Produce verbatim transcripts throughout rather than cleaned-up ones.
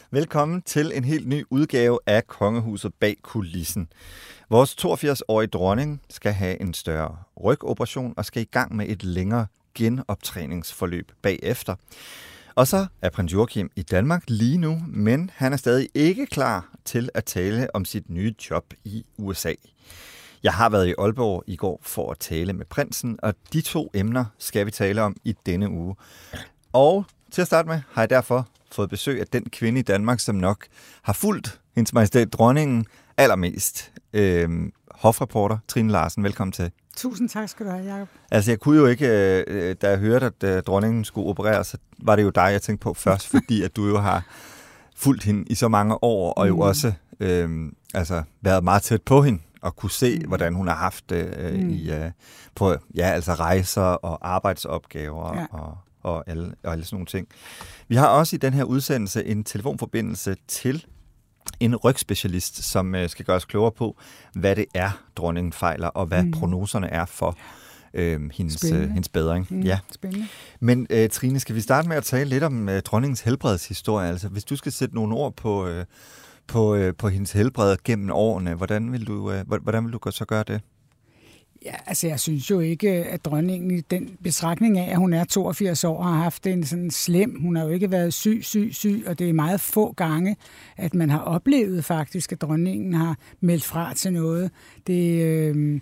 Velkommen til en helt ny udgave af Kongehuset bag kulissen. Vores toogfirs-årige dronning skal have en større rygoperation og skal i gang med et længere genoptræningsforløb bagefter. Og så er prins Joachim i Danmark lige nu, men han er stadig ikke klar til at tale om sit nye job i U S A. Jeg har været i Aalborg i går for at tale med prinsen, og de to emner skal vi tale om i denne uge. Og til at starte med har jeg derfor fået besøg af den kvinde i Danmark, som nok har fulgt hendes majestæt dronningen allermest. Øhm, hofreporter Trine Larsen, velkommen til. Tusind tak skal du have, Jacob. Altså jeg kunne jo ikke, da jeg hørte, at dronningen skulle opereres, så var det jo dig, jeg tænkte på først, fordi at du jo har fulgt hende i så mange år, og jo mm. også øhm, altså, været meget tæt på hende, og kunne se, mm. hvordan hun har haft det øh, mm. i, øh, på ja, altså rejser og arbejdsopgaver ja. og, og, alle, og alle sådan nogle ting. Vi har også i den her udsendelse en telefonforbindelse til en rygspecialist, som øh, skal gøre os klogere på, hvad det er, dronningen fejler, og hvad mm. prognoserne er for øh, hendes, øh, hendes bedring. Mm, ja. Spændende. Men øh, Trine, skal vi starte med at tale lidt om øh, dronningens helbredshistorie? Altså, hvis du skal sætte nogle ord på, øh, på, øh, på hendes helbred gennem årene, hvordan vil du, øh, hvordan vil du så gøre det? Ja, altså jeg synes jo ikke, at dronningen i den betragtning af, at hun er toogfirs år, har haft en sådan slem. Hun har jo ikke været syg, syg, syg, og det er meget få gange, at man har oplevet faktisk, at dronningen har meldt fra til noget. Det øh,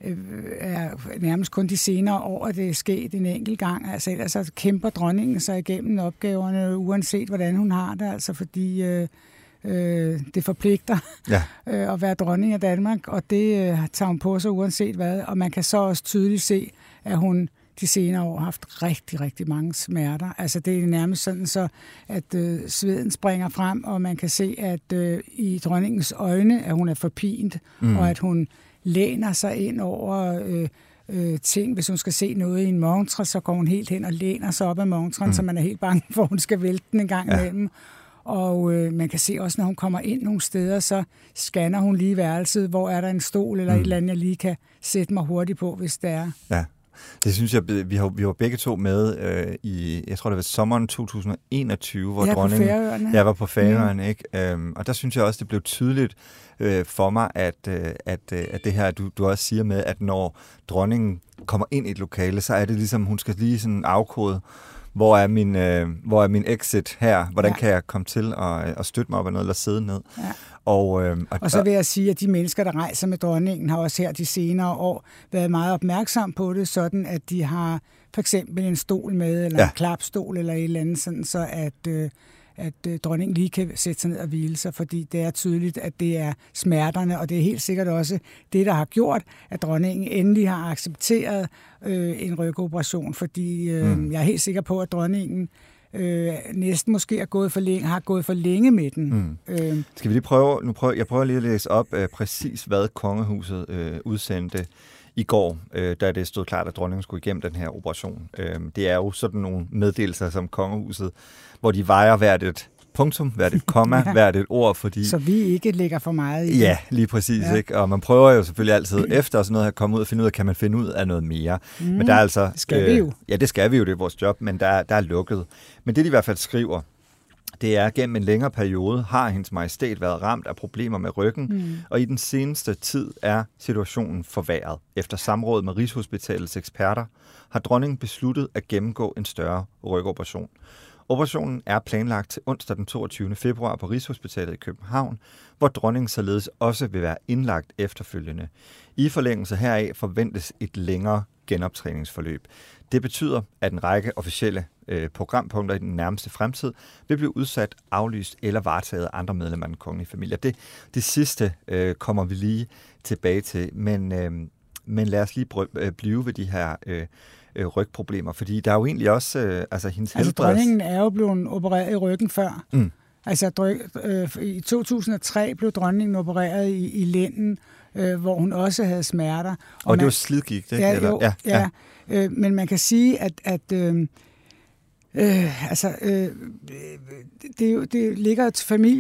er nærmest kun de senere år, at det er sket en enkelt gang. Altså ellers så kæmper dronningen sig igennem opgaverne, uanset hvordan hun har det, altså fordi Øh, Øh, det forpligter ja. øh, at være dronning af Danmark, og det øh, tager hun på sig uanset hvad. Og man kan så også tydeligt se, at hun de senere år har haft rigtig, rigtig mange smerter. Altså det er nærmest sådan så, at øh, sveden springer frem, og man kan se, at øh, i dronningens øjne, at hun er forpint, mm. og at hun læner sig ind over øh, øh, ting. Hvis hun skal se noget i en montre, så går hun helt hen og læner sig op af montren, mm. så man er helt bange for, at hun skal vælte den en gang ja. imellem. Og øh, man kan se også, når hun kommer ind nogle steder, så scanner hun lige værelset, hvor er der en stol eller mm. et eller andet, jeg lige kan sætte mig hurtigt på, hvis det er. Ja, det synes jeg, vi har, vi var begge to med øh, i, jeg tror det var sommeren to tusind og enogtyve, hvor ja, dronningen... på Færøerne. Jeg var på Færøerne, mm. ikke? Øhm, og der synes jeg også, det blev tydeligt øh, for mig, at, øh, at, øh, at det her, du, du også siger med, at når dronningen kommer ind i et lokale, så er det ligesom, hun skal lige sådan afkode, Hvor er min, øh, hvor er min exit her? Hvordan ja. kan jeg komme til at, at støtte mig op af noget, eller sidde ned? Ja. Og, øh, og, og så vil jeg sige, at de mennesker, der rejser med dronningen, har også her de senere år været meget opmærksom på det, sådan at de har for eksempel en stol med, eller ja. en klapstol, eller et eller andet, sådan så at, øh, at øh, dronningen lige kan sætte sig ned og hvile sig, fordi det er tydeligt, at det er smerterne, og det er helt sikkert også det, der har gjort, at dronningen endelig har accepteret øh, en rygoperation, fordi øh, mm. jeg er helt sikker på, at dronningen øh, næsten måske er gået for længe, har gået for længe med den. Mm. Øh. Skal vi lige prøve, nu prøver, jeg prøver lige at læse op øh, præcis, hvad kongehuset øh, udsendte i går, øh, da det stod klart, at dronningen skulle igennem den her operation. Øh, det er jo sådan nogle meddelelser som kongehuset, hvor de vejer hvert et punktum, hvert et komma, ja. hvert et ord, fordi... Så vi ikke lægger for meget i det. Ja, lige præcis, ja. ikke? Og man prøver jo selvfølgelig altid efter sådan noget at komme ud og finde ud af, kan man finde ud af noget mere. Mm, men der er altså... skal øh, vi jo. Ja, det skal vi jo, det er vores job, men der, der er lukket. Men det, de i hvert fald skriver, det er, at gennem en længere periode har hendes majestæt været ramt af problemer med ryggen, mm. og i den seneste tid er situationen forværret. Efter samråd med Rigshospitalets eksperter har dronningen besluttet at gennemgå en større rygoperation. Operationen er planlagt til onsdag den toogtyvende februar på Rigshospitalet i København, hvor dronningen således også vil være indlagt efterfølgende. I forlængelse heraf forventes et længere genoptræningsforløb. Det betyder, at en række officielle øh, programpunkter i den nærmeste fremtid vil blive udsat, aflyst eller varetaget af andre medlemmer af den kongelige familie. Det, det sidste øh, kommer vi lige tilbage til, men, øh, men lad os lige brø- øh, blive ved de her øh, øh, rygproblemer, fordi der er jo egentlig også øh, altså hendes altså, helbreds... dronningen er jo blevet opereret i ryggen før. Mm. Altså øh, i to tusind og tre blev dronningen opereret i, i lænden, øh, hvor hun også havde smerter. Og, og det var slidgigt, ikke? Ja, Eller? Jo, ja, ja. ja. Øh, men man kan sige, at, at øh, øh, altså, øh, det, det ligger til familien,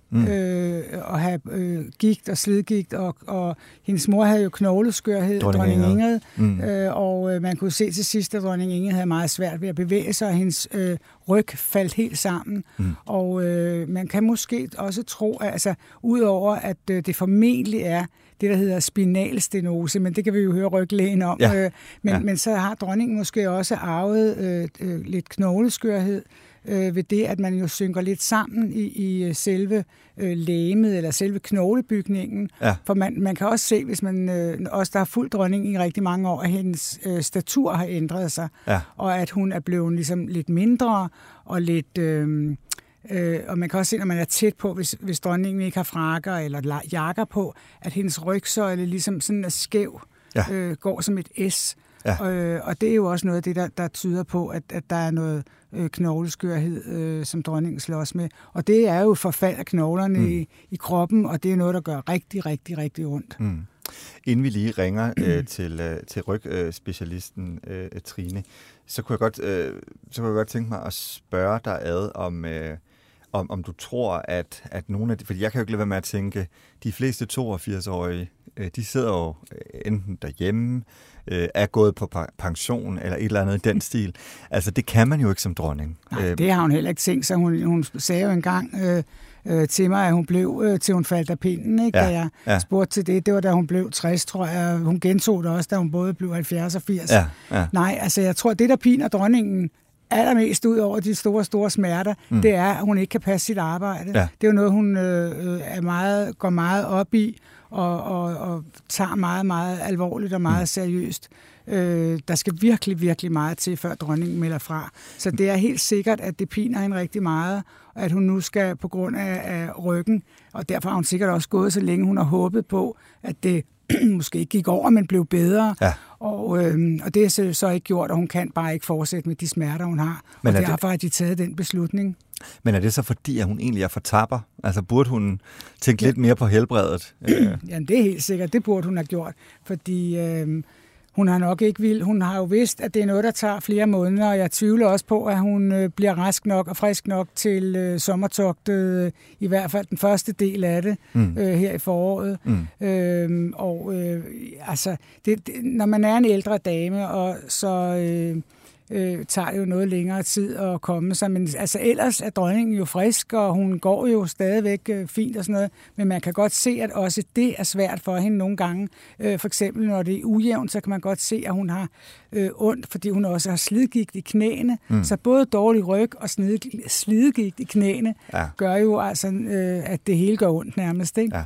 mm. øh, at have øh, gigt og slidgigt, og, og hendes mor havde jo knogleskørhed, dronning, dronning Ingrid, mm. øh, og øh, man kunne se til sidst, at dronning Ingrid havde meget svært ved at bevæge sig, og hendes øh, ryg faldt helt sammen. Mm. Og øh, man kan måske også tro, at altså, udover at øh, det formentlig er det, der hedder spinalstenose, men det kan vi jo høre ryglægen om. Ja. Øh, men, ja. men så har dronningen måske også arvet øh, øh, lidt knogleskørhed øh, ved det, at man jo synker lidt sammen i, i selve øh, lægemet, eller selve knoglebygningen. Ja. For man, man kan også se, hvis man øh, også der har fulgt dronningen i rigtig mange år, at hendes øh, statur har ændret sig, ja. og at hun er blevet ligesom lidt mindre, og lidt... Øh, Øh, og man kan også se, når man er tæt på, hvis, hvis dronningen ikke har frakker eller jakker på, at hendes rygsøjle ligesom sådan er skæv, ja. øh, går som et S. Ja. Øh, og det er jo også noget af det, der, der tyder på, at, at der er noget øh, knogleskørhed, øh, som dronningen slås med. Og det er jo forfald af knoglerne mm. i, i kroppen, og det er noget, der gør rigtig, rigtig, rigtig ondt. Mm. Inden vi lige ringer øh, til, øh, til rygspecialisten øh, Trine, så kunne, jeg godt, øh, så kunne jeg godt tænke mig at spørge dig ad om... Øh, Om, om du tror, at, at nogle af de... Fordi jeg kan jo ikke lade være med at tænke, de fleste toogfirs-årige, de sidder jo enten derhjemme, er gået på pension, eller et eller andet i den stil. Altså, det kan man jo ikke som dronning. Nej, det har hun heller ikke tænkt sig. Hun, hun sagde jo engang øh, øh, til mig, at hun blev, øh, til hun faldt af pinden, ikke? Ja, da jeg ja. spurgte til det. Det var, da hun blev tres, tror jeg. Hun gentog det også, da hun både blev halvfjerds og firs. Ja, ja. Nej, altså, jeg tror, det der piner dronningen allermest ud over de store, store smerter, mm. det er, at hun ikke kan passe sit arbejde. Ja. Det er jo noget, hun øh, er meget, går meget op i, og, og, og tager meget, meget alvorligt og meget mm. seriøst. Øh, der skal virkelig, virkelig meget til, før dronningen melder fra. Så det er helt sikkert, at det piner hende rigtig meget, og at hun nu skal på grund af, af ryggen, og derfor har hun sikkert også gået så længe, hun har håbet på, at det måske ikke gik over, men blev bedre. Ja. Og, øhm, og det er så, så ikke gjort, og hun kan bare ikke fortsætte med de smerter, hun har. Men og derfor det... har de taget den beslutning. Men er det så fordi, at hun egentlig er for tapper? Altså burde hun tænke ja. lidt mere på helbredet? Jamen det er helt sikkert, det burde hun have gjort, fordi... Øhm, Hun har nok ikke vil. Hun har jo vidst, at det er noget, der tager flere måneder, og jeg tvivler også på, at hun øh, bliver rask nok og frisk nok til øh, sommertogtet, øh, i hvert fald den første del af det, mm. øh, her i foråret. Mm. Øh, og øh, altså, det, det, når man er en ældre dame, og så... Øh, Øh, tager jo noget længere tid at komme sig, men altså ellers er dronningen jo frisk, og hun går jo stadigvæk øh, fint og sådan noget, men man kan godt se, at også det er svært for hende nogle gange. Øh, for eksempel, når det er ujævnt, så kan man godt se, at hun har øh, ondt, fordi hun også har slidgigt i knæene, mm. så både dårlig ryg og slidgigt i knæene ja. gør jo altså, øh, at det hele gør ondt nærmest, ikke? Ja.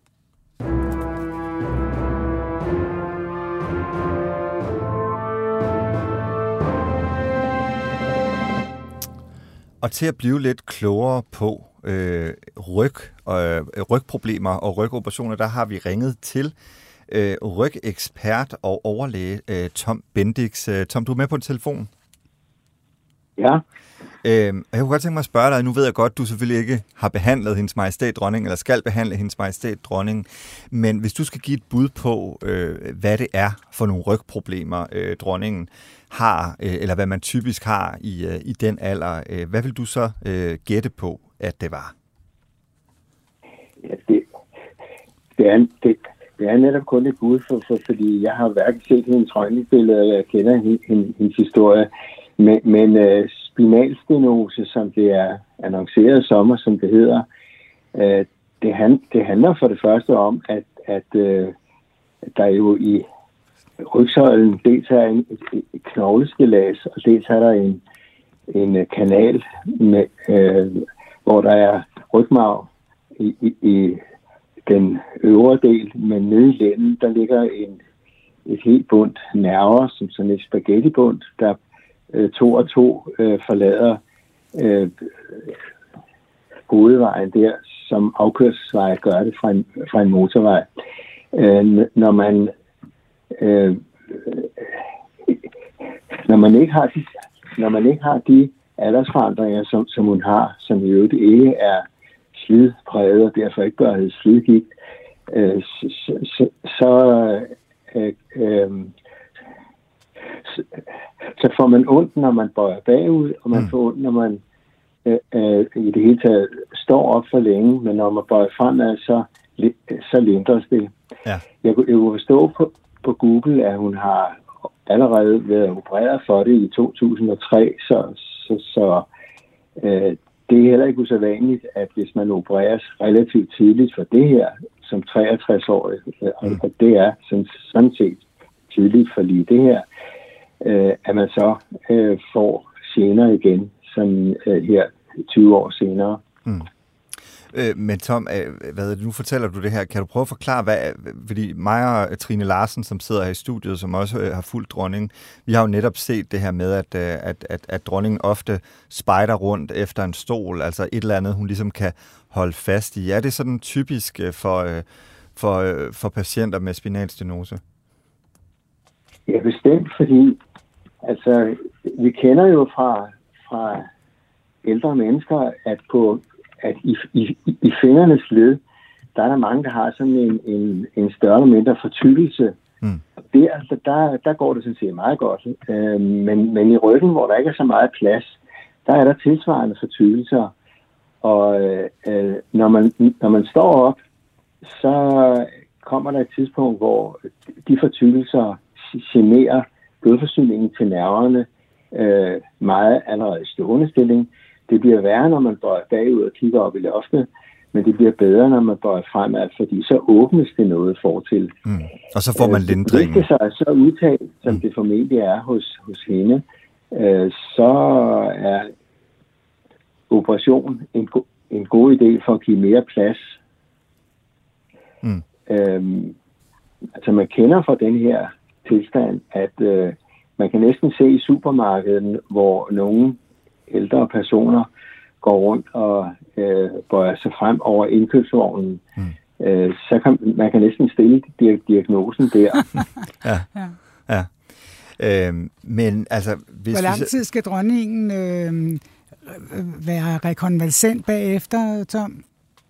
Og til at blive lidt klogere på øh, ryg, øh, rygproblemer og rygoperationer, der har vi ringet til øh, rygekspert og overlæge øh, Tom Bendix. Øh, Tom, du er med på en telefon? Ja. Øh, jeg kunne godt tænke mig at spørge dig, nu ved jeg godt, at du selvfølgelig ikke har behandlet hendes majestæt dronning, eller skal behandle hendes majestæt dronning, men hvis du skal give et bud på, øh, hvad det er for nogle rygproblemer, øh, dronningen har, øh, eller hvad man typisk har i, øh, i den alder, øh, hvad vil du så øh, gætte på, at det var? Ja, det, det, er, det, det er netop kun et bud, for, for, fordi jeg har hverken set hendes røntgenbilleder, og jeg kender hendes, hendes historie, men, men øh, spinalstenose, som det er annonceret sommer, som det hedder, øh, det, han, det handler for det første om, at, at øh, der jo i rygsøjlen dels er en, et, et knogleskelas, og dels er der en, en kanal, med, øh, hvor der er rygmarv i, i, i den øvre del, men nede i lænden, der ligger en, et helt bundt nerver, som sådan et spaghettibund, der øh, to og to øh, forlader øh, hovedvejen der, som afkørselsvej gør det fra en, fra en motorvej. Øh, når man øh, når man ikke har de, når man ikke har de aldersforandringer, som, som hun har, som i øvrigt ikke er slidpræget og derfor ikke bør have slidgigt, øh, så, så, så, øh, øh, så, så får man ondt, når man bøjer bagud, og man mm. får ondt, når man øh, øh, i det hele taget står op for længe, men når man bøjer fremad, så, så lindres det. Ja. Jeg, jeg kunne forstå på, på Google, at hun har allerede været opereret for det i to tusind og tre, så, så, så øh, det er heller ikke usædvanligt, at hvis man opereres relativt tidligt for det her, som treogtres-årig, øh, mm. og det er sådan, sådan set tidligt for lige det her, øh, at man så øh, får senere igen, som øh, her tyve år senere. Mm. Øh, men Tom, øh, hvad, nu fortæller du det her. Kan du prøve at forklare, hvad, fordi mig og Trine Larsen, som sidder her i studiet, som også øh, har fulgt dronningen, vi har jo netop set det her med, at, øh, at, at, at dronningen ofte spejder rundt efter en stol, altså et eller andet, hun ligesom kan holde fast i. Er det sådan typisk for, øh, for, øh, for patienter med spinalstenose? Ja, bestemt, fordi altså, vi kender jo fra, fra ældre mennesker, at på at i, i, i fingernes led, der er der mange, der har sådan en, en, en større eller mindre fortykkelse. Mm. Der, altså, der, der går det sådan set meget godt. Øh, men, men i ryggen, hvor der ikke er så meget plads, der er der tilsvarende fortykkelser. Og øh, når, man, når man står op, så kommer der et tidspunkt, hvor de fortykkelser generer blodforsyningen til nerverne øh, meget allerede i stående stilling. Det bliver værre, når man bøjer bagud og kigger op i loftet, men det bliver bedre, når man bøjer fremad, fordi så åbnes det noget fortil. Mm. Og så får man lindringen. Hvis det så er så udtalt, som mm. det formentlig er hos, hos hende, øh, så er operation en, go- en god idé for at give mere plads. Mm. Øhm, altså man kender fra den her tilstand, at øh, man kan næsten se i supermarkedet, hvor nogen ældre personer går rundt og øh, bøjer sig frem over indkøbsvognen, mm. øh, så kan man kan næsten stille diagnosen der. ja, ja. Øh, men altså... Hvis Hvor lang tid skal dronningen øh, være rekonvalescent bagefter, Tom?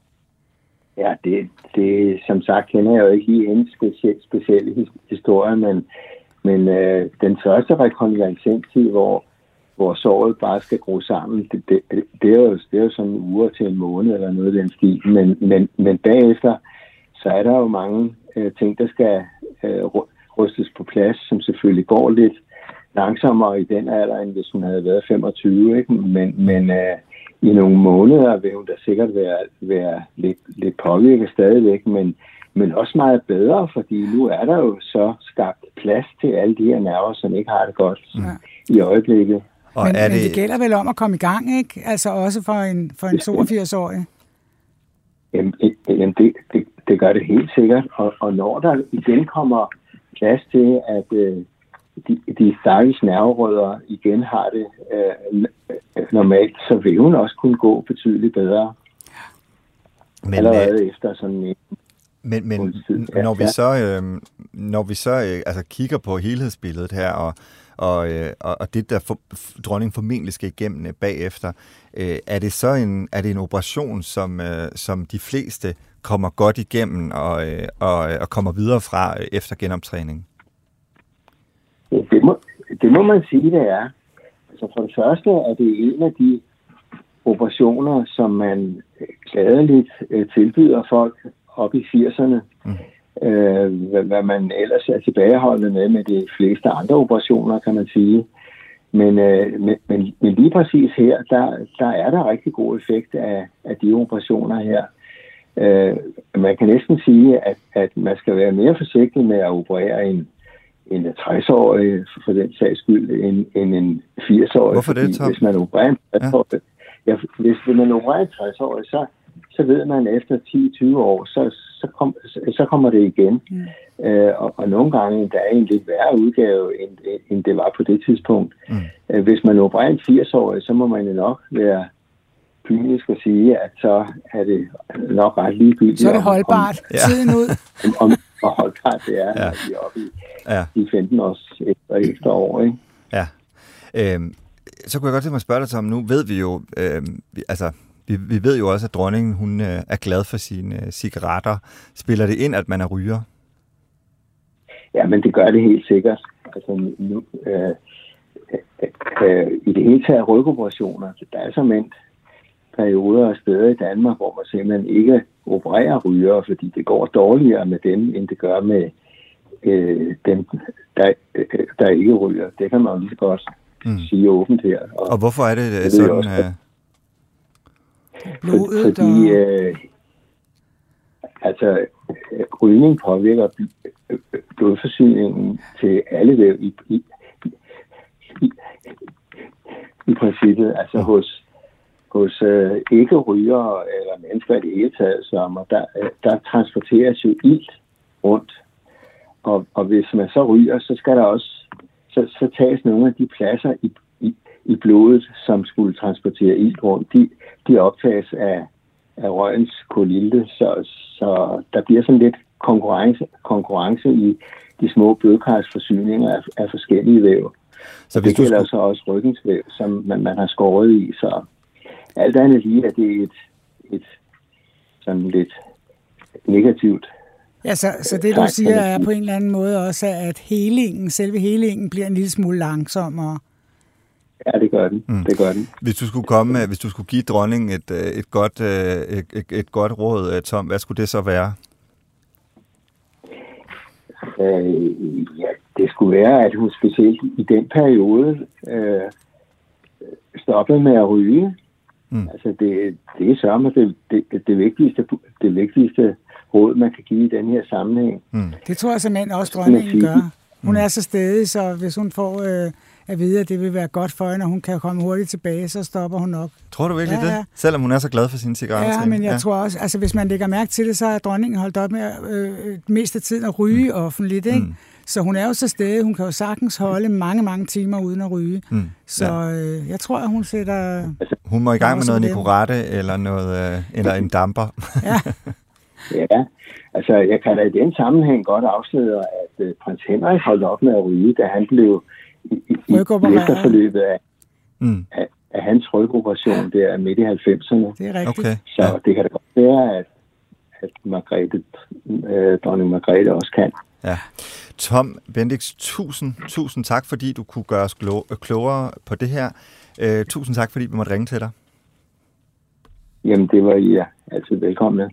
Ja, det, det som sagt kender jeg jo ikke lige hendes specielle, specielle historie, men, men øh, den første rekonvalescenttid, hvor hvor såret bare skal gro sammen, det, det, det, er jo, det er jo sådan en uge til en måned eller noget af den stil. Men, men, men bagefter, så er der jo mange øh, ting, der skal øh, rystes på plads, som selvfølgelig går lidt langsommere i den alder, end hvis hun havde været femogtyve. Ikke? Men, men øh, i nogle måneder vil hun da sikkert være, være lidt, lidt påvirket stadigvæk, men, men også meget bedre, fordi nu er der jo så skabt plads til alle de her nerver, som ikke har det godt ja. i øjeblikket. Men, men det... det gælder vel om at komme i gang, ikke? Altså også for en, for en toogfirs-årig? Jamen, jamen det, det, det gør det helt sikkert. Og, og når der igen kommer plads til, at øh, de, de stakkels nerverødder igen har det øh, normalt, så vil hun også kunne gå betydeligt bedre. Men, allerede øh, efter sådan en... Men, men ja, når vi så, øh, når vi så øh, altså kigger på helhedsbilledet her, og Og, øh, og det, der for, dronningen formentlig skal igennem bagefter, øh, er det så en, er det en operation, som, øh, som de fleste kommer godt igennem og, øh, og, og kommer videre fra øh, efter genoptræning? Ja, det, må, det må man sige, det er. Altså for det første er det en af de operationer, som man gladeligt øh, tilbyder folk op i firserne. Mm. Øh, hvad, hvad man ellers er tilbageholdende med med de fleste andre operationer, kan man sige. Men, øh, men, men, men lige præcis her, der, der er der rigtig god effekt af, af de operationer her. Øh, man kan næsten sige, at, at man skal være mere forsigtig med at operere en, en tres-årig, for den sags skyld, end, end en firs-årig. Hvorfor det, Tom? Hvis man opererer en tres-årig, ja. Ja, hvis man opererer en tres-årig, så så ved man efter ti til tyve år, så, så, kom, så kommer det igen. Mm. Øh, og, og nogle gange, der er en lidt værre udgave, end, end det var på det tidspunkt. Mm. Øh, hvis man opererer en firs-årig, så må man jo nok være kynisk og sige, at så er det nok ret ligegyldigt. Så er det holdbart. Om, tiden ud. Om, om, om holdbart det er, ja. Når vi er oppe i, ja. i femten års efter, efter år. Ikke? Ja. Øhm, så kunne jeg godt tænke mig at spørge dig, Tom. Nu ved vi jo, øh, vi, altså... Vi, vi ved jo også, at dronningen hun, øh, er glad for sine øh, cigaretter. Spiller det ind, at man er ryger? Ja, men det gør det helt sikkert. Altså, nu, øh, øh, øh, I det hele taget rygoperationer, der er som endt perioder og steder i Danmark, hvor man simpelthen ikke opererer rygere, fordi det går dårligere med dem, end det gør med øh, dem, der, øh, der ikke ryger. Det kan man jo lige så godt mm. sige åbent her. Og, og hvorfor er det, det sådan? Også, øh... Blodet fordi, øh, altså, rygning påvirker blodforsyningen til alle væv i, i, i, i princippet. Altså hos, hos øh, ikke-rygere eller mennesker i det hele taget, som, der, der transporteres jo ilt rundt. Og, og hvis man så ryger, så skal der også så, så tages nogle af de pladser i, i, i blodet, som skulle transportere ilt rundt. De, de optages af, af røgens kolilte, så, så der bliver sådan lidt konkurrence, konkurrence i de små blodkarsforsyninger af, af forskellige væv. Så det gælder skulle... så også ryggens væv, som man, man har skåret i. Så alt andet lige er det et, et sådan lidt negativt. Ja, så, så det du siger er på en eller anden måde også, at helingen, selve helingen bliver en lille smule langsommere. Ja, det gør den. Mm. Det gør den. Hvis du skulle komme, hvis du skulle give dronningen et, et, godt, et, et, et godt råd, Tom, hvad skulle det så være? Øh, ja, det skulle være, at hun specielt i den periode øh, stoppede med at ryge. Mm. Altså, det, det er sørme det, det, det, det vigtigste, det vigtigste råd, man kan give i den her sammenhæng. Mm. Det tror jeg simpelthen også, dronningen gør. Hun er så stedig, så hvis hun får øh, at vide, at det vil være godt for hende, og hun kan komme hurtigt tilbage, så stopper hun nok. Tror du virkelig ja, det? Ja. Selvom hun er så glad for sine cigaretter? Ja, men jeg ja. tror også, altså hvis man lægger mærke til det, så er dronningen holdt op med øh, mest af tiden at ryge mm. offentligt, ikke? Mm. Så hun er jo så stedig, hun kan jo sagtens holde mange, mange timer uden at ryge. Mm. Så ja. øh, jeg tror, at hun sætter... Hun må i gang med noget Nicorette eller, noget, øh, eller en damper. Ja. Ja, altså jeg kan da i den sammenhæng godt afsløre, at uh, prins Henrik holdt op med at ryge, da han blev i, i, i efterforløbet af, mm. af, af hans rygoperation der midt i halvfemserne. Det er rigtigt. Okay. Så ja. det kan da godt være, at, at Margrethe, øh, dronning Margrethe også kan. Ja. Tom Bendix, tusind, tusind tak, fordi du kunne gøre os klogere på det her. Uh, tusind tak, fordi vi måtte ringe til dig. Jamen, det var I ja, altid velkomne.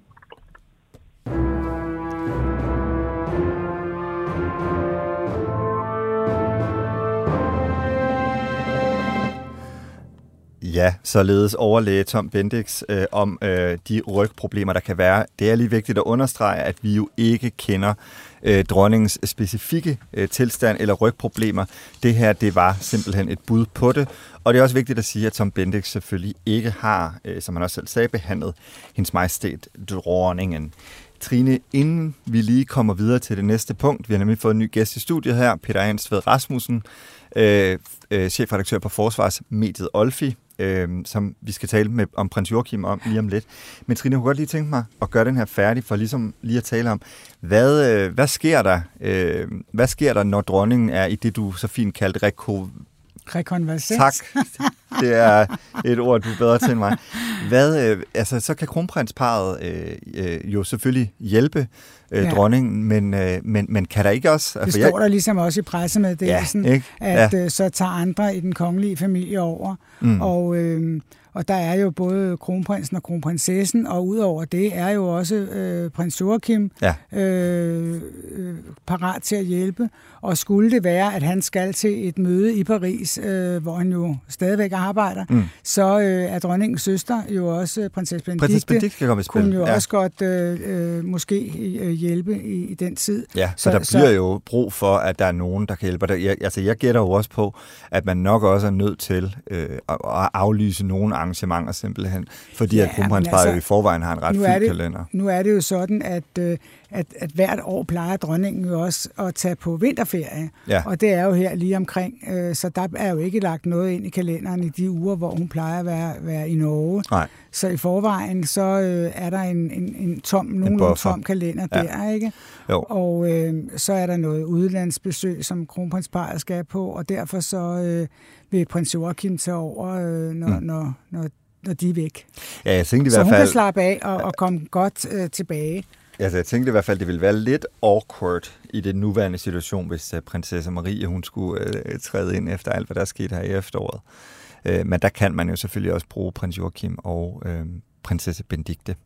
Ja, således overlæge Tom Bendix øh, om øh, de rygproblemer, der kan være. Det er lige vigtigt at understrege, at vi jo ikke kender øh, dronningens specifikke øh, tilstand eller rygproblemer. Det her, det var simpelthen et bud på det. Og det er også vigtigt at sige, at Tom Bendix selvfølgelig ikke har, øh, som han også selv sagde, behandlet hendes majestæt dronningen. Trine, inden vi lige kommer videre til det næste punkt, vi har nemlig fået en ny gæst i studiet her, Peter Ansved Rasmussen, øh, øh, chefredaktør på forsvarsmediet Olfi, øh, som vi skal tale med om prins Joachim om lige om lidt. Men Trine, jeg kunne godt lige tænke mig at gøre den her færdig, for ligesom lige at tale om, hvad, øh, hvad sker der, øh, hvad sker der, når dronningen er i det, du så fint kaldte reko... Rekonvalescens. Tak. Det er et ord, du er bedre til end mig. Hvad, øh, altså, så kan kronprinsparet øh, øh, jo selvfølgelig hjælpe øh, ja. dronningen, men, øh, men, men kan der ikke også... Altså, det står jeg... der ligesom også i pressemeddelelsen, ja, at ja. øh, så tager andre i den kongelige familie over. Mm. Og, øh, og der er jo både kronprinsen og kronprinsessen, og udover det er jo også øh, prins Joachim ja. øh, øh, parat til at hjælpe. Og skulle det være, at han skal til et møde i Paris, øh, hvor han jo stadigvæk arbejder, mm. så øh, er dronningens søster jo også, prinsesse Benedikte, Benedikte kunne jo ja. også godt øh, øh, måske øh, hjælpe i, i den tid. Ja, så, så der bliver så, jo brug for, at der er nogen, der kan hjælpe. Jeg, altså, jeg gætter jo også på, at man nok også er nødt til øh, at aflyse nogle arrangementer simpelthen, fordi ja, at kronprinsparet altså, jo i forvejen har en ret fyldt kalender. Nu er det jo sådan, at, øh, at, at hvert år plejer dronningen jo også at tage på vinterferie, ja. og det er jo her lige omkring, øh, så der er jo ikke lagt noget ind i kalenderen i de uger, hvor hun plejer at være, være i Norge. Nej. Så i forvejen, så øh, er der en, en, en tom, nogenlunde tom kalender ja. der, ikke? Jo. Og øh, så er der noget udlandsbesøg, som kronprinsparet skal på, og derfor så øh, vil prins Joachim tage over, øh, når, mm. når, når, når de er væk. Ja, jeg tænkte i så hvert fald... hun kan slappe af og, og komme godt øh, tilbage. Altså, jeg tænkte i hvert fald, det ville være lidt awkward i den nuværende situation, hvis uh, prinsesse Marie, hun skulle uh, træde ind efter alt, hvad der skete her i efteråret. Øh, men der kan man jo selvfølgelig også bruge prins Joachim og øh, prinsesse Benedikte.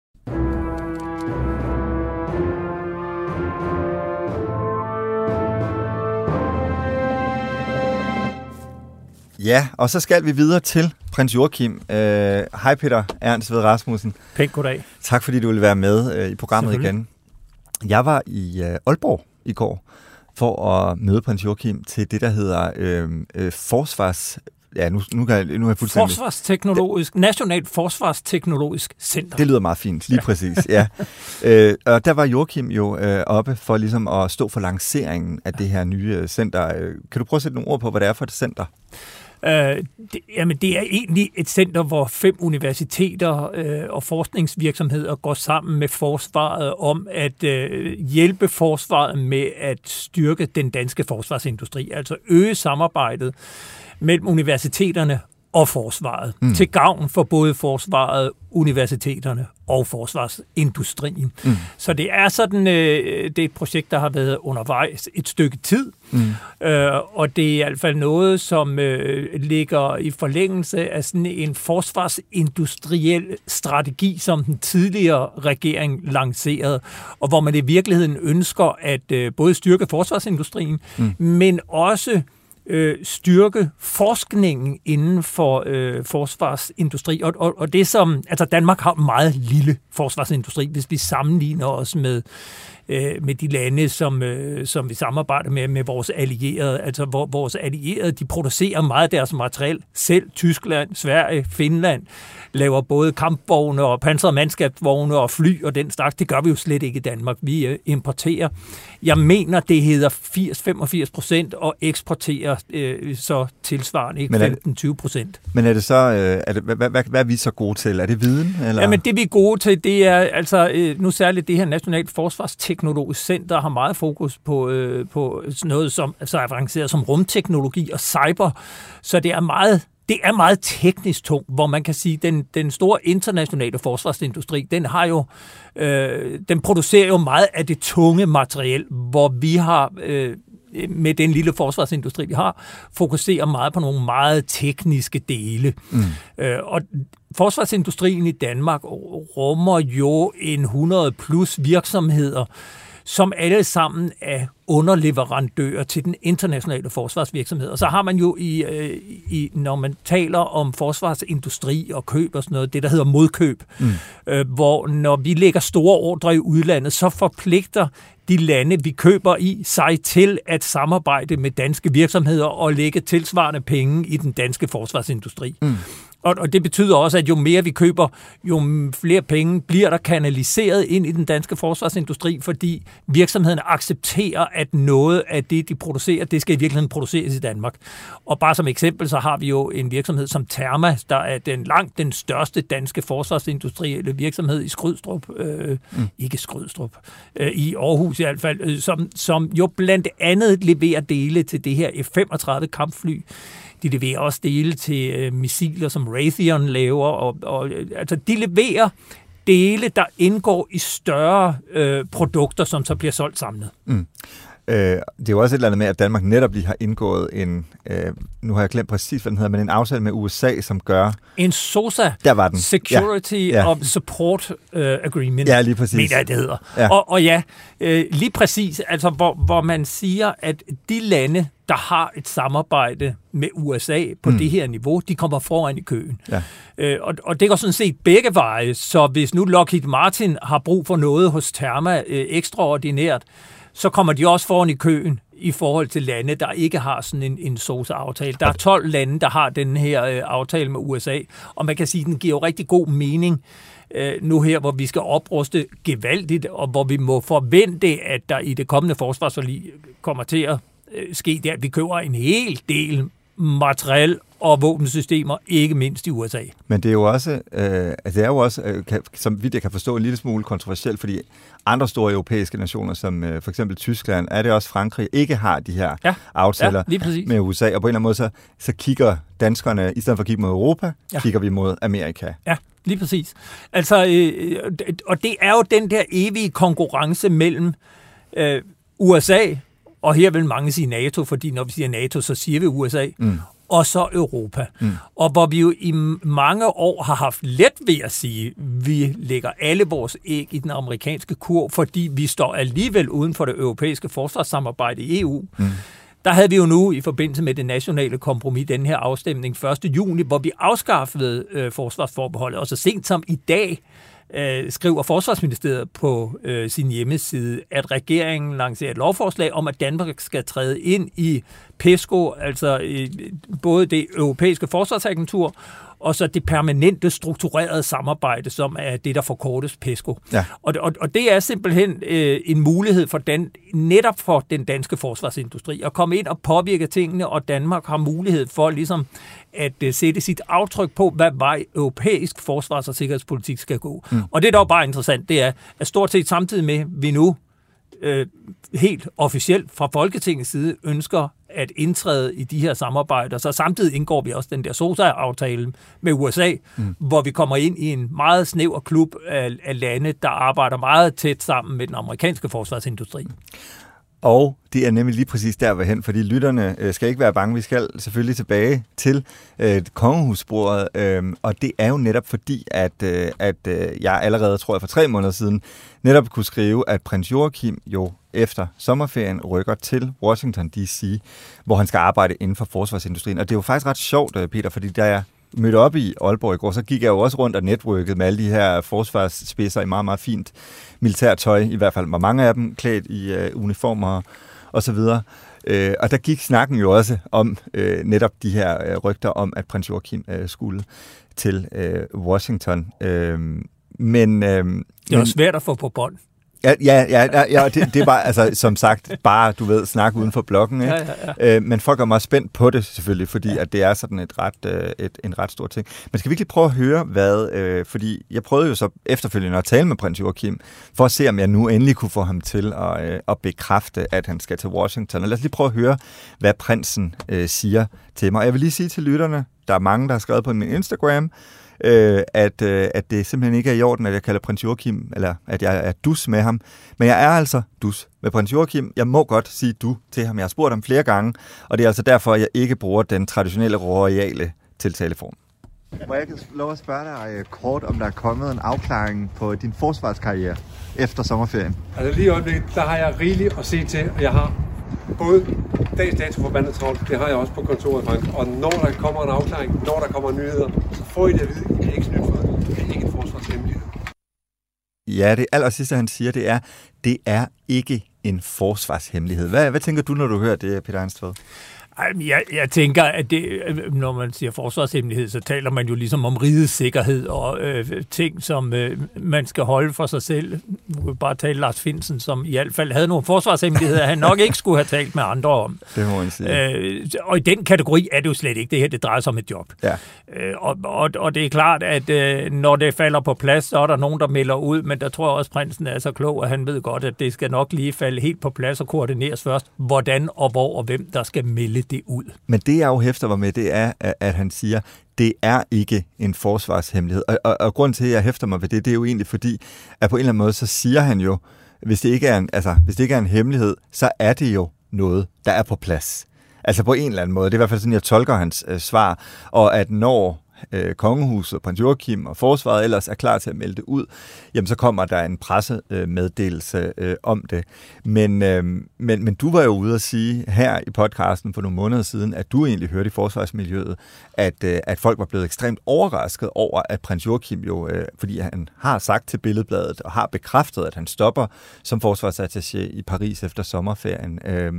Ja, og så skal vi videre til prins Joachim. Øh, hej Peter Ernst Ved Rasmussen. Pænt goddag. Tak fordi du ville være med øh, i programmet igen. Jeg var i øh, Aalborg i går for at møde prins Joachim til det, der hedder øh, øh, forsvars... Ja, nu, nu, kan jeg, nu er jeg fuldstændig... Forsvarsteknologisk, Nationalt Forsvarsteknologisk Center. Det lyder meget fint, lige ja. præcis, ja. øh, og der var Joachim jo øh, oppe for ligesom at stå for lanceringen af det her nye center. Kan du prøve at sætte nogle ord på, hvad det er for et center? Uh, det, jamen det er egentlig et center, hvor fem universiteter uh, og forskningsvirksomheder går sammen med forsvaret om at uh, hjælpe forsvaret med at styrke den danske forsvarsindustri, altså øge samarbejdet mellem universiteterne og forsvaret, mm. til gavn for både forsvaret, universiteterne og forsvarsindustrien. Mm. Så det er sådan øh, det er et projekt, der har været undervejs et stykke tid, mm. øh, og det er i hvert fald noget, som øh, ligger i forlængelse af sådan en forsvarsindustriel strategi, som den tidligere regering lancerede, og hvor man i virkeligheden ønsker at øh, både styrke forsvarsindustrien, mm. men også Øh, styrke forskningen inden for øh, forsvarsindustri. Og, og, og det som, altså Danmark har en meget lille forsvarsindustri, hvis vi sammenligner os med, øh, med de lande, som, øh, som vi samarbejder med, med vores allierede. Altså hvor vores allierede, de producerer meget af deres materiel selv. Tyskland, Sverige, Finland laver både kampvogne og pansrede mandskabsvogne og fly og den slags. Det gør vi jo slet ikke i Danmark. Vi øh, importerer. Jeg mener, det hedder firs til femogfirs procent og eksporterer øh, så tilsvarende ikke femten til tyve procent. Men er det så, øh, er det, hvad, hvad, hvad er vi så gode til? Er det viden? Eller? Jamen det vi er gode til, det er altså øh, nu særligt det her Nationalt Forsvarsteknologisk Center har meget fokus på, øh, på noget som så avanceret som rumteknologi og cyber. Så det er meget Det er meget teknisk tung, hvor man kan sige, den den store internationale forsvarsindustri, den har jo, øh, den producerer jo meget af det tunge materiel, hvor vi har øh, med den lille forsvarsindustri, vi har, fokuserer meget på nogle meget tekniske dele. Mm. Øh, og forsvarsindustrien i Danmark rummer jo en hundrede plus virksomheder, som alle sammen er underleverandører til den internationale forsvarsvirksomhed. Og så har man jo, i, i, når man taler om forsvarsindustri og køb og sådan noget, det der hedder modkøb, mm. øh, hvor når vi lægger store ordre i udlandet, så forpligter de lande, vi køber i, sig til at samarbejde med danske virksomheder og lægge tilsvarende penge i den danske forsvarsindustri. Mm. Og det betyder også, at jo mere vi køber, jo flere penge bliver der kanaliseret ind i den danske forsvarsindustri, fordi virksomhederne accepterer, at noget af det, de producerer, det skal i virkeligheden produceres i Danmark. Og bare som eksempel, så har vi jo en virksomhed som Therma, der er den langt den største danske forsvarsindustrielle virksomhed i Skrydstrup, øh, mm. ikke Skrydstrup, øh, i Aarhus i hvert fald, øh, som, som jo blandt andet leverer dele til det her F femogtredive kampfly. De leverer også dele til øh, missiler, som Raytheon laver, og, og altså de leverer dele, der indgår i større øh, produkter, som så bliver solgt samlet. Mm. Øh, det er jo også et eller andet med, at Danmark netop lige har indgået en, øh, nu har jeg glemt præcis, hvad den hedder, men en aftale med U S A, som gør... En SOSA, der var den. Security ja, ja. of Support uh, Agreement, ja, lige præcis. mener jeg, det hedder. Ja. Og, og ja, øh, lige præcis, altså hvor, hvor man siger, at de lande, der har et samarbejde med U S A på mm. det her niveau, de kommer foran i køen. Ja. Øh, og, og det går sådan set begge veje, så hvis nu Lockheed Martin har brug for noget hos Therma øh, ekstraordinært, så kommer de også foran i køen i forhold til lande, der ikke har sådan en, en SOSA-aftale. Der er tolv lande, der har den her øh, aftale med U S A, og man kan sige, at den giver jo rigtig god mening øh, nu her, hvor vi skal opruste gevaldigt, og hvor vi må forvente, at der i det kommende forsvarsforlig kommer til at øh, ske det, at vi køber en hel del materiel og våbensystemer, ikke mindst i U S A. Men det er jo også, øh, altså det er jo også, øh, kan, som vidt jeg kan forstå, en lille smule kontroversielt, fordi andre store europæiske nationer, som øh, for eksempel Tyskland, er det også Frankrig, ikke har de her ja. aftaler ja, med U S A, og på en eller anden måde, så, så kigger danskerne, i stedet for at kigge mod Europa, ja. kigger vi mod Amerika. Ja, lige præcis. Altså, øh, og det er jo den der evige konkurrence mellem øh, U S A, og her vil mange sige NATO, fordi når vi siger NATO, så siger vi U S A, mm. og så Europa. Mm. Og hvor vi jo i mange år har haft let ved at sige, at vi lægger alle vores æg i den amerikanske kurv, fordi vi står alligevel uden for det europæiske forsvarssamarbejde i E U. Mm. Der havde vi jo nu i forbindelse med det nationale kompromis den her afstemning første juni, hvor vi afskaffede øh, forsvarsforbeholdet, og så sent som i dag øh, skriver Forsvarsministeriet på øh, sin hjemmeside, at regeringen lancerer et lovforslag om, at Danmark skal træde ind i PESCO, altså øh, både det europæiske forsvarsagentur, og så det permanente strukturerede samarbejde, som er det, der forkortes PESCO. Ja. Og, og, og det er simpelthen øh, en mulighed for den, netop for den danske forsvarsindustri at komme ind og påvirke tingene, og Danmark har mulighed for ligesom at øh, sætte sit aftryk på, hvad vej europæisk forsvars- og sikkerhedspolitik skal gå. Mm. Og det, der er bare interessant, det er, at stort set samtidig med, vi nu øh, helt officielt fra Folketingets side ønsker at indtræde i de her samarbejder. Så samtidig indgår vi også den der SOSA-aftale med U S A, mm. hvor vi kommer ind i en meget snæver klub af, af lande, der arbejder meget tæt sammen med den amerikanske forsvarsindustri. Og det er nemlig lige præcis der, hvor hen, fordi lytterne øh, skal ikke være bange. Vi skal selvfølgelig tilbage til øh, kongehusbordet, øh, og det er jo netop fordi, at, øh, at øh, jeg allerede, tror jeg, for tre måneder siden, netop kunne skrive, at prins Joachim jo efter sommerferien rykker til Washington D C, hvor han skal arbejde inden for forsvarsindustrien. Og det er jo faktisk ret sjovt, Peter, fordi da jeg mødte op i Aalborg i går, så gik jeg jo også rundt og netværkede med alle de her forsvarsspidser i meget, meget fint militærtøj, i hvert fald var mange af dem klædt i uh, uniformer og så videre. Uh, og der gik snakken jo også om uh, netop de her uh, rygter om, at prins Joachim uh, skulle til uh, Washington. Uh, men uh, det var svært at få på bånd. Ja, ja, ja, ja det, det var altså som sagt bare, du ved, snak uden for blokken. Ikke? Ja, ja, ja. Øh, men folk er meget spændt på det selvfølgelig, fordi ja. at det er sådan et ret, øh, et, en ret stor ting. Men skal vi ikke prøve at høre, hvad... Øh, fordi jeg prøvede jo så efterfølgende at tale med prins Joachim, for at se, om jeg nu endelig kunne få ham til at, øh, at bekræfte, at han skal til Washington. Og lad os lige prøve at høre, hvad prinsen øh, siger til mig. Og jeg vil lige sige til lytterne, der er mange, der har skrevet på min Instagram, Øh, at, øh, at det simpelthen ikke er i orden, at jeg kalder prins Joachim, eller at jeg er dus med ham. Men jeg er altså dus med prins Joachim. Jeg må godt sige du til ham. Jeg har spurgt ham flere gange, og det er altså derfor, at jeg ikke bruger den traditionelle royale tiltaleform. Må jeg ikke lov at spørge dig kort, om der er kommet en afklaring på din forsvarskarriere efter sommerferien? Altså lige i øjeblikket, der har jeg rigeligt at se til, og jeg har både dags dato forbandet travlt, det har jeg også på kontoret, Frank. Og når der kommer en afklaring, når der kommer nyheder, så får I det at vide, I kan ikke snyde for det. Det er ikke en forsvarshemmelighed. Ja, det aller sidste, han siger, det er, det er ikke en forsvarshemmelighed. Hvad, hvad tænker du, når du hører det, Peter Hanstved? Jeg, jeg tænker, at det, når man siger forsvarshemmelighed, så taler man jo ligesom om rigets sikkerhed og øh, ting, som øh, man skal holde for sig selv. Nu kan bare tale Lars Findsen, som i hvert fald havde nogle forsvarshemmeligheder, han nok ikke skulle have talt med andre om. Det må man sige. Øh, og i den kategori er det jo slet ikke det her, det drejer sig om et job. Ja. Øh, og, og, og det er klart, at øh, når det falder på plads, så er der nogen, der melder ud, men der tror jeg også, prinsen er så klog, at han ved godt, at det skal nok lige falde helt på plads og koordineres først, hvordan og hvor og hvem, der skal melde det ud. Men det, jeg jo hæfter mig med, det er, at han siger, det er ikke en forsvarshemmelighed. Og, og, og grunden til, at jeg hæfter mig ved det, det er jo egentlig fordi, at på en eller anden måde, så siger han jo, hvis det ikke er en, altså, hvis det ikke er en hemmelighed, så er det jo noget, der er på plads. Altså på en eller anden måde. Det er i hvert fald sådan, jeg tolker hans øh, svar. Og at når øh, kongehuset, prins Joachim og forsvaret ellers er klar til at melde det ud, jamen så kommer der en pressemeddelelse øh, om det. Men, øh, men, men du var jo ude at sige her i podcasten for nogle måneder siden, at du egentlig hørte i forsvarsmiljøet, at, øh, at folk var blevet ekstremt overrasket over, at prins Joachim jo, øh, fordi han har sagt til Billedbladet og har bekræftet, at han stopper som forsvarsattaché i Paris efter sommerferien. Øh,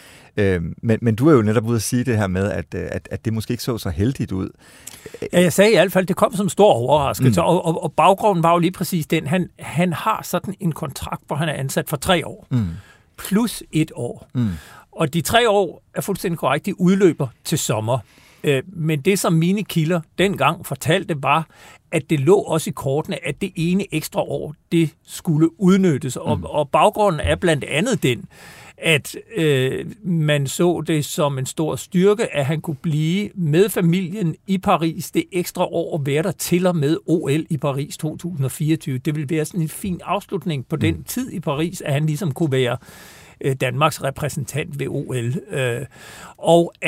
Men, men du er jo netop ude at sige det her med, at, at, at det måske ikke så så heldigt ud. Ja, jeg sagde i hvert fald, at det kom som stor overraskelse, mm. og, og, og baggrunden var jo lige præcis den. Han, han har sådan en kontrakt, hvor han er ansat for tre år, mm. plus et år. Mm. Og de tre år er fuldstændig korrekt, de udløber til sommer. Men det, som mine kilder dengang fortalte, var, at det lå også i kortene, at det ene ekstra år, det skulle udnyttes. Mm. Og, og baggrunden er blandt andet den, at øh, man så det som en stor styrke, at han kunne blive med familien i Paris det ekstra år og være der til og med O L i Paris to tusind fireogtyve. Det ville være sådan en fin afslutning på den tid i Paris, at han ligesom kunne være øh, Danmarks repræsentant ved O L. Øh, og at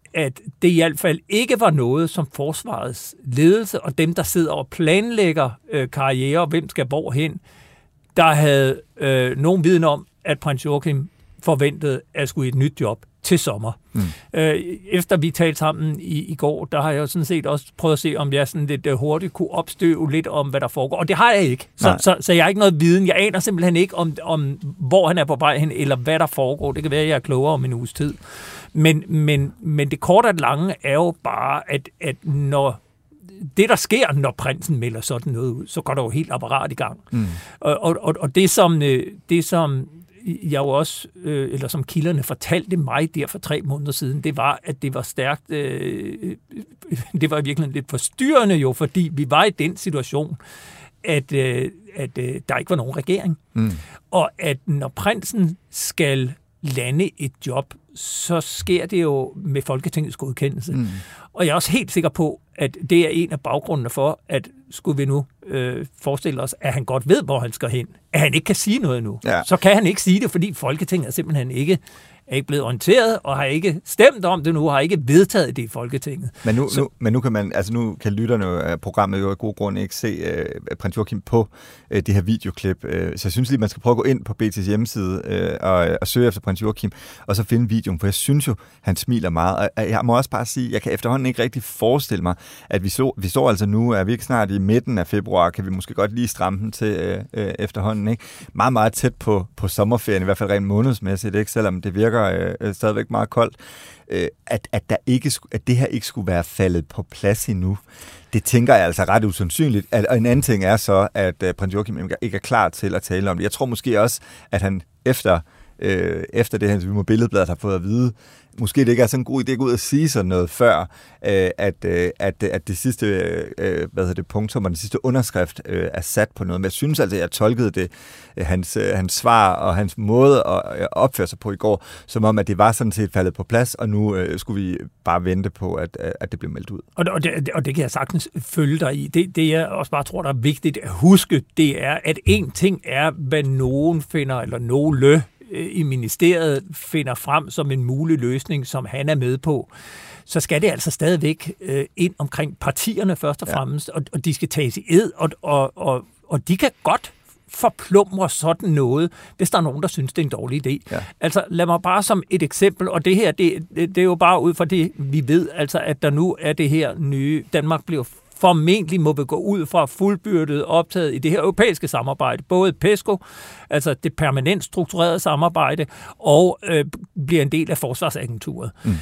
at det i hvert fald ikke var noget, som forsvarets ledelse og dem, der sidder og planlægger øh, karriere, hvem skal hvorhen, der havde øh, nogen viden om, at prins Joachim forventede at skulle i et nyt job til sommer. Mm. Øh, efter vi talte sammen i, i går, der har jeg jo sådan set også prøvet at se, om jeg sådan lidt hurtigt kunne opstøve lidt om, hvad der foregår. Og det har jeg ikke. Så, så, så jeg har ikke noget viden. Jeg aner simpelthen ikke, om, om hvor han er på vej hen, eller hvad der foregår. Det kan være, at jeg er klogere om en uges tid. Men, men, men det korte og lange er jo bare, at, at når det, der sker, når prinsen melder sådan noget ud, så går der jo helt apparat i gang. Mm. Og, og, og det, som, det, som jeg jo også, øh, eller som kilderne fortalte mig der for tre måneder siden, det var, at det var stærkt, øh, det var i virkeligheden lidt forstyrrende jo, fordi vi var i den situation, at, øh, at øh, der ikke var nogen regering. Mm. Og at når prinsen skal lande et job, så sker det jo med Folketingets godkendelse. Mm. Og jeg er også helt sikker på, at det er en af baggrundene for, at skulle vi nu øh, forestille os, at han godt ved, hvor han skal hen, at han ikke kan sige noget nu. Ja. Så kan han ikke sige det, fordi Folketinget er simpelthen ikke er ikke blevet orienteret, og har ikke stemt om det nu, har ikke vedtaget det i Folketinget. Men nu, nu, men nu kan man, altså nu kan lytterne af programmet jo af god grund ikke se uh, prins Joachim på uh, det her videoklip. Uh, så jeg synes lige, man skal prøve at gå ind på B T's hjemmeside uh, og, og søge efter prins Joachim, og så finde videoen, for jeg synes jo, han smiler meget. Og jeg må også bare sige, jeg kan efterhånden ikke rigtig forestille mig, at vi så, vi så altså nu, er vi ikke snart i midten af februar, kan vi måske godt lige stramme den til uh, uh, efterhånden, ikke? Meget, meget tæt på, på sommerferien, i hvert fald rent månedsmæssigt, ikke? Selvom det virker Øh, stadigvæk meget koldt, øh, at, at, der ikke, at det her ikke skulle være faldet på plads endnu. Det tænker jeg altså ret usandsynligt. At, og en anden ting er så, at øh, prins Joachim ikke er klar til at tale om det. Jeg tror måske også, at han efter, øh, efter det, hans billedblad har fået at vide, måske det ikke er sådan en god idé at gå ud og sige sådan noget før, øh, at, øh, at, at det sidste øh, hvad hedder det, punktum og den sidste underskrift øh, er sat på noget. Men jeg synes altså, at jeg tolkede det, øh, hans, øh, hans svar og hans måde at øh, opføre sig på i går, som om, at det var sådan set faldet på plads, og nu øh, skulle vi bare vente på, at, at det blev meldt ud. Og det, og det, og det kan jeg sagtens følge dig i. Det, det jeg også bare tror, der er vigtigt at huske, det er, at en ting er, hvad nogen finder, eller nogle i ministeriet finder frem som en mulig løsning, som han er med på, så skal det altså stadigvæk øh, ind omkring partierne først og fremmest, ja. og, og de skal tages i ed, og, og, og, og de kan godt forplumre sådan noget, hvis der er nogen, der synes, det er en dårlig idé. Ja. Altså, lad mig bare som et eksempel, og det her, det, det, det er jo bare ud fra det, vi ved, altså, at der nu er det her nye, Danmark bliver formentlig må vi gå ud fra fuldbyrdet optaget i det her europæiske samarbejde, både PESCO, altså det permanent strukturerede samarbejde, og øh, bliver en del af forsvarsagenturet. Mm.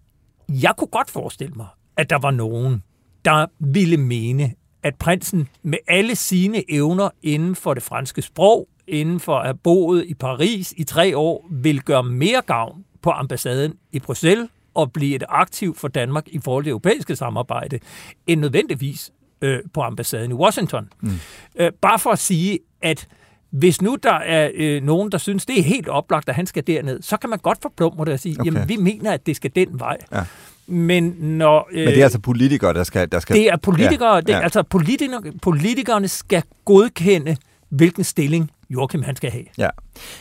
Jeg kunne godt forestille mig, at der var nogen, der ville mene, at prinsen med alle sine evner inden for det franske sprog, inden for at have boet i Paris i tre år, vil gøre mere gavn på ambassaden i Bruxelles, og blive et aktiv for Danmark i forhold til det europæiske samarbejde, end nødvendigvis øh, på ambassaden i Washington. Mm. Øh, bare for at sige, at hvis nu der er øh, nogen, der synes, det er helt oplagt, at han skal derned, så kan man godt forplumre det og sige, okay. Jamen vi mener, at det skal den vej. Ja. Men, når, øh, Men det er altså politikere, der skal... Der skal... Det er politikere, ja. det, ja. altså politikerne, politikerne skal godkende, hvilken stilling Joachim han skal have. Ja.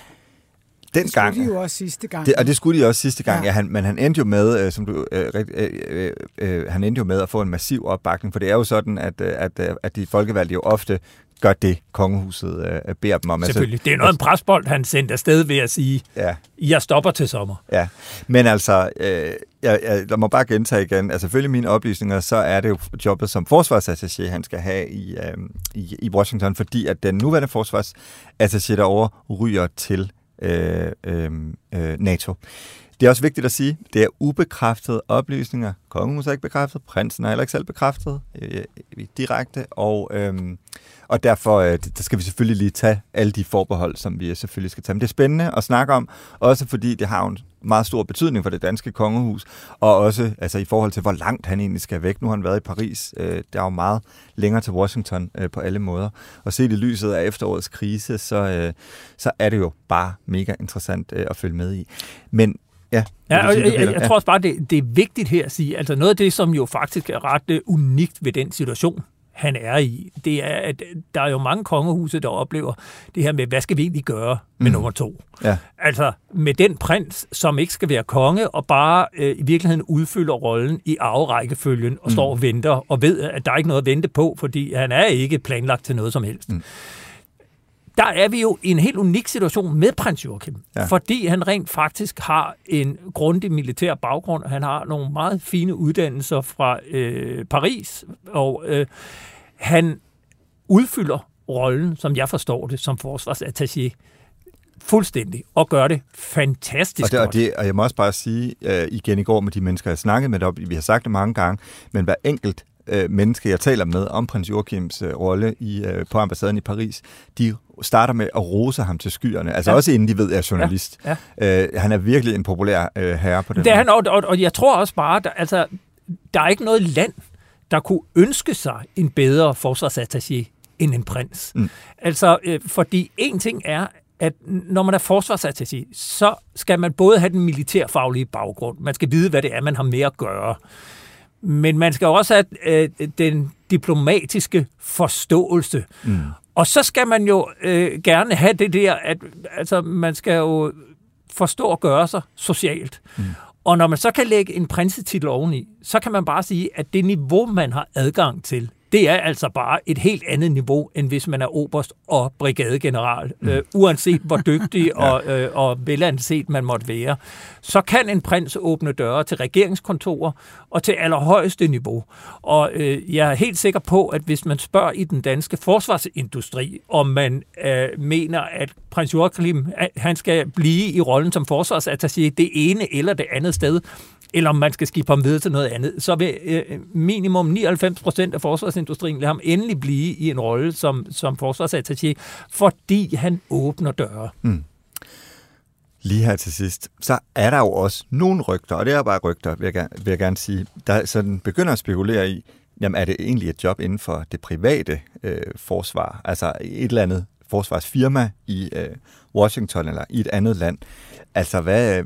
Den det skulle gang, de jo også sidste gang. Det, og det skulle de også sidste gang. Ja. Ja, han, men han endte jo med, øh, som du, øh, øh, øh, han endte jo med at få en massiv opbakning, for det er jo sådan, at, at, at de folkevalgte jo ofte gør det, kongehuset øh, beder dem om. Selvfølgelig. Altså, det er noget en presbold, han sendte afsted ved at sige, ja. Jeg stopper til sommer. Ja, men altså, øh, jeg, jeg, lad mig bare gentage igen. Altså, selvfølgelig mine oplysninger, så er det jo jobbet som forsvarsattaché, han skal have i, øh, i, i Washington, fordi at den nuværende forsvarsattaché derovre ryger til Øh, øh, øh, NATO. Det er også vigtigt at sige, det er ubekræftede oplysninger. Kongehuset er ikke bekræftet, prinsen er heller ikke selv bekræftet øh, direkte, og, øh, og derfor øh, der skal vi selvfølgelig lige tage alle de forbehold, som vi selvfølgelig skal tage. Men det er spændende at snakke om, også fordi det har en meget stor betydning for det danske kongehus, og også altså, i forhold til, hvor langt han egentlig skal væk. Nu har han været i Paris. Øh, der er jo meget længere til Washington øh, på alle måder. Og set i lyset af efterårets krise, så, øh, så er det jo bare mega interessant øh, at følge med i. Men ja, ja, sige, jeg, jeg, jeg tror også bare, det, det er vigtigt her at sige, altså noget af det, som jo faktisk er ret uh, unikt ved den situation, han er i, det er, at der er jo mange kongehuse, der oplever det her med, hvad skal vi egentlig gøre med mm. nummer to? Ja. Altså med den prins, som ikke skal være konge, og bare øh, i virkeligheden udfylder rollen i arverækkefølgen, og mm. står og venter, og ved, at der er ikke noget at vente på, fordi han er ikke planlagt til noget som helst. Mm. Der er vi jo i en helt unik situation med prins Joachim, ja. fordi han rent faktisk har en grundig militær baggrund. Han har nogle meget fine uddannelser fra øh, Paris, og øh, han udfylder rollen, som jeg forstår det, som forsvarsattaché fuldstændig, og gør det fantastisk og det, godt. Og, det, og jeg må også bare sige øh, igen i går med de mennesker, jeg snakkede med deroppe, vi har sagt det mange gange, men hver enkelt øh, menneske, jeg taler med om prins Joachims øh, rolle i, øh, på ambassaden i Paris, de starter med at rose ham til skyerne. Altså ja. også inden de ved, at jeg er journalist. Ja. Ja. Øh, han er virkelig en populær øh, herre på den det er han, og, og, og jeg tror også bare, der, altså, der er ikke noget land, der kunne ønske sig en bedre forsvarsattaché end en prins. Mm. Altså, øh, fordi en ting er, at når man er forsvarsattaché, så skal man både have den militærfaglige baggrund, man skal vide, hvad det er, man har med at gøre, men man skal også have øh, den diplomatiske forståelse. Mm. Og så skal man jo øh, gerne have det der, at altså, man skal jo forstå og gøre sig socialt. Mm. Og når man så kan lægge en prinsetitel oveni, så kan man bare sige, at det niveau, man har adgang til, det er altså bare et helt andet niveau, end hvis man er oberst og brigadegeneral. Mm. Øh, uanset hvor dygtig ja. og, øh, og velanset man måtte være, så kan en prins åbne døre til regeringskontorer og til allerhøjeste niveau. Og øh, jeg er helt sikker på, at hvis man spørger i den danske forsvarsindustri, om man øh, mener, at prins Joachim han skal blive i rollen som forsvarsattaché det ene eller det andet sted, eller om man skal skifte ham videre til noget andet, så vil øh, minimum nioghalvfems procent af forsvarsindustrien lade ham endelig blive i en rolle som, som forsvarsattaché, fordi han åbner døre. Mm. Lige her til sidst, så er der jo også nogle rygter, og det er bare rygter, vil jeg gerne, vil jeg gerne sige, der sådan begynder at spekulere i, jamen er det egentlig et job inden for det private øh, forsvar, altså et eller andet forsvarsfirma i øh, Washington eller i et andet land. Altså, hvad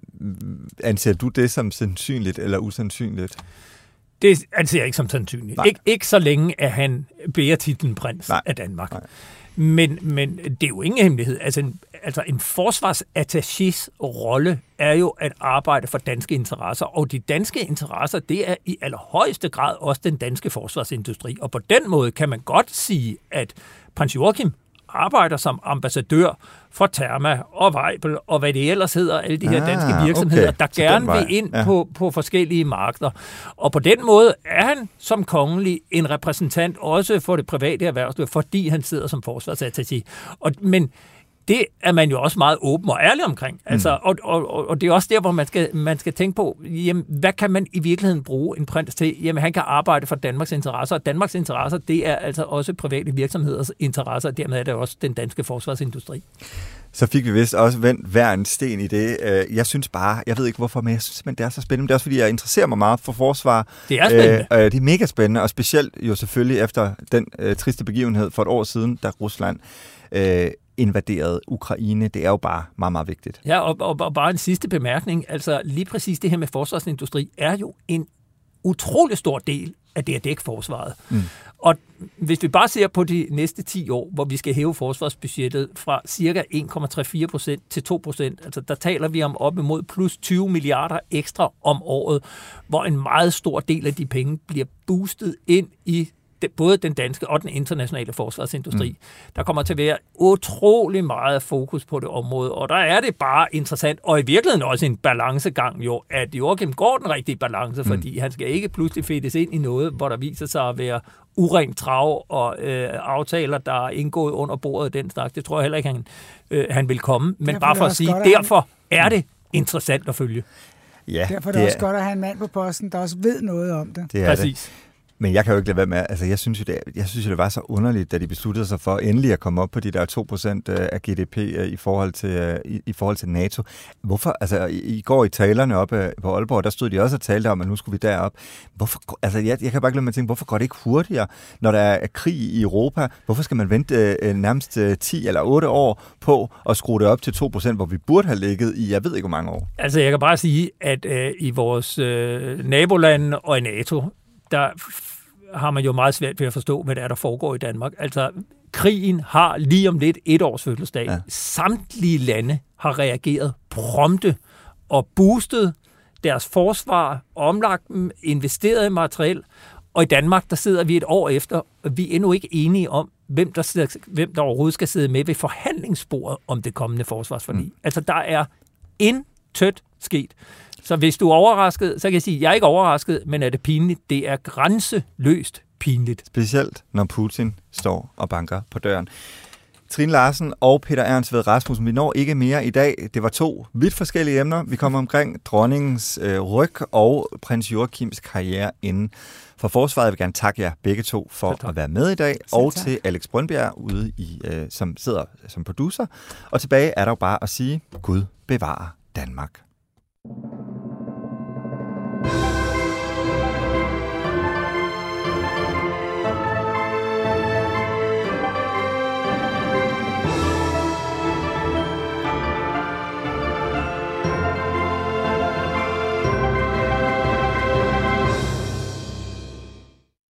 anser du det som sandsynligt eller usandsynligt? Det anser jeg ikke som sandsynligt. Ik- ikke så længe, at han bærer titlen prins Nej. af Danmark. Men, men det er jo ingen hemmelighed. Altså en, altså en forsvarsattachés rolle er jo at arbejde for danske interesser, og de danske interesser, det er i allerhøjeste grad også den danske forsvarsindustri. Og på den måde kan man godt sige, at prins Joachim arbejder som ambassadør for Therma og Weibel og hvad det ellers hedder, alle de her danske virksomheder, okay. der så gerne vil ind ja. på, på forskellige markeder. Og på den måde er han som kongelig en repræsentant også for det private erhvervsliv, fordi han sidder som forsvarsattaché. Og, men det er man jo også meget åben og ærlig omkring. Altså, mm. og, og, og det er også der, hvor man skal, man skal tænke på, jamen, hvad kan man i virkeligheden bruge en prins til? Jamen, han kan arbejde for Danmarks interesser, og Danmarks interesser, det er altså også private virksomheders interesser, og dermed er det også den danske forsvarsindustri. Så fik vi vist også vendt hver en sten i det. Jeg synes bare, jeg ved ikke hvorfor, men jeg synes simpelthen, det er så spændende. Det er også, fordi jeg interesserer mig meget for forsvar. Det er spændende. Øh, det er mega spændende, og specielt jo selvfølgelig efter den øh, triste begivenhed for et år siden, da Rusland øh, invaderede Ukraine. Det er jo bare meget, meget vigtigt. Ja, og, og, og bare en sidste bemærkning. Altså lige præcis det her med forsvarsindustri er jo en utrolig stor del af det at dække forsvaret. Mm. Og hvis vi bare ser på de næste ti år, hvor vi skal hæve forsvarsbudgettet fra cirka en komma fire procent til to procent, altså der taler vi om op imod plus tyve milliarder ekstra om året, hvor en meget stor del af de penge bliver boostet ind i både den danske og den internationale forsvarsindustri. Mm. Der kommer til at være utrolig meget fokus på det område, og der er det bare interessant, og i virkeligheden også en balancegang jo, at Joachim går den rigtige balance, mm. fordi han skal ikke pludselig fedtes ind i noget, hvor der viser sig at være urent trav og øh, aftaler, der er indgået under bordet den slags. Det tror jeg heller ikke, han, øh, han vil komme. Men derfor bare for at sige, godt, derfor han... er det interessant at følge. Ja, derfor er det, det også er... godt at have en mand på posten, der også ved noget om det. Det er Præcis. Det. Men jeg kan jo ikke lade være med, altså jeg synes jo, det, jeg synes jo, det var så underligt, da de besluttede sig for endelig at komme op på de der to procent af G D P i forhold til, i, i forhold til NATO. Hvorfor, altså i, i går i talerne oppe på Aalborg, der stod de også og talte om, at nu skulle vi derop. Hvorfor, altså jeg, jeg kan bare glemme at tænke, hvorfor går det ikke hurtigere, når der er krig i Europa? Hvorfor skal man vente øh, nærmest ti eller otte år på at skrue det op til to procent, hvor vi burde have ligget i, jeg ved ikke hvor mange år? Altså jeg kan bare sige, at øh, i vores øh, nabolande og i NATO, der har man jo meget svært ved at forstå, hvad det er, der foregår i Danmark. Altså, krigen har lige om lidt et års fødselsdag. Ja. Samtlige lande har reageret prompte og boostet deres forsvar, omlagt dem, investeret i materiel. Og i Danmark, der sidder vi et år efter, og vi er endnu ikke enige om, hvem der, sidder, hvem der overhovedet skal sidde med ved forhandlingsbordet om det kommende forsvarsforlig. Mm. Altså, der er intet sket. Så hvis du er overrasket, så kan jeg sige, at jeg er ikke overrasket, men er det pinligt? Det er grænseløst pinligt. Specielt, når Putin står og banker på døren. Trine Larsen og Peter Ernst Ved Rasmussen, vi når ikke mere i dag. Det var to vidt forskellige emner. Vi kommer omkring dronningens øh, ryg og prins Joachims karriere inden for forsvaret. Jeg vil gerne takke jer begge to for at være med i dag. Selv og tak. Til Alex Brøndbjerg, ude i, øh, som sidder som producer. Og tilbage er der jo bare at sige, Gud bevarer Danmark.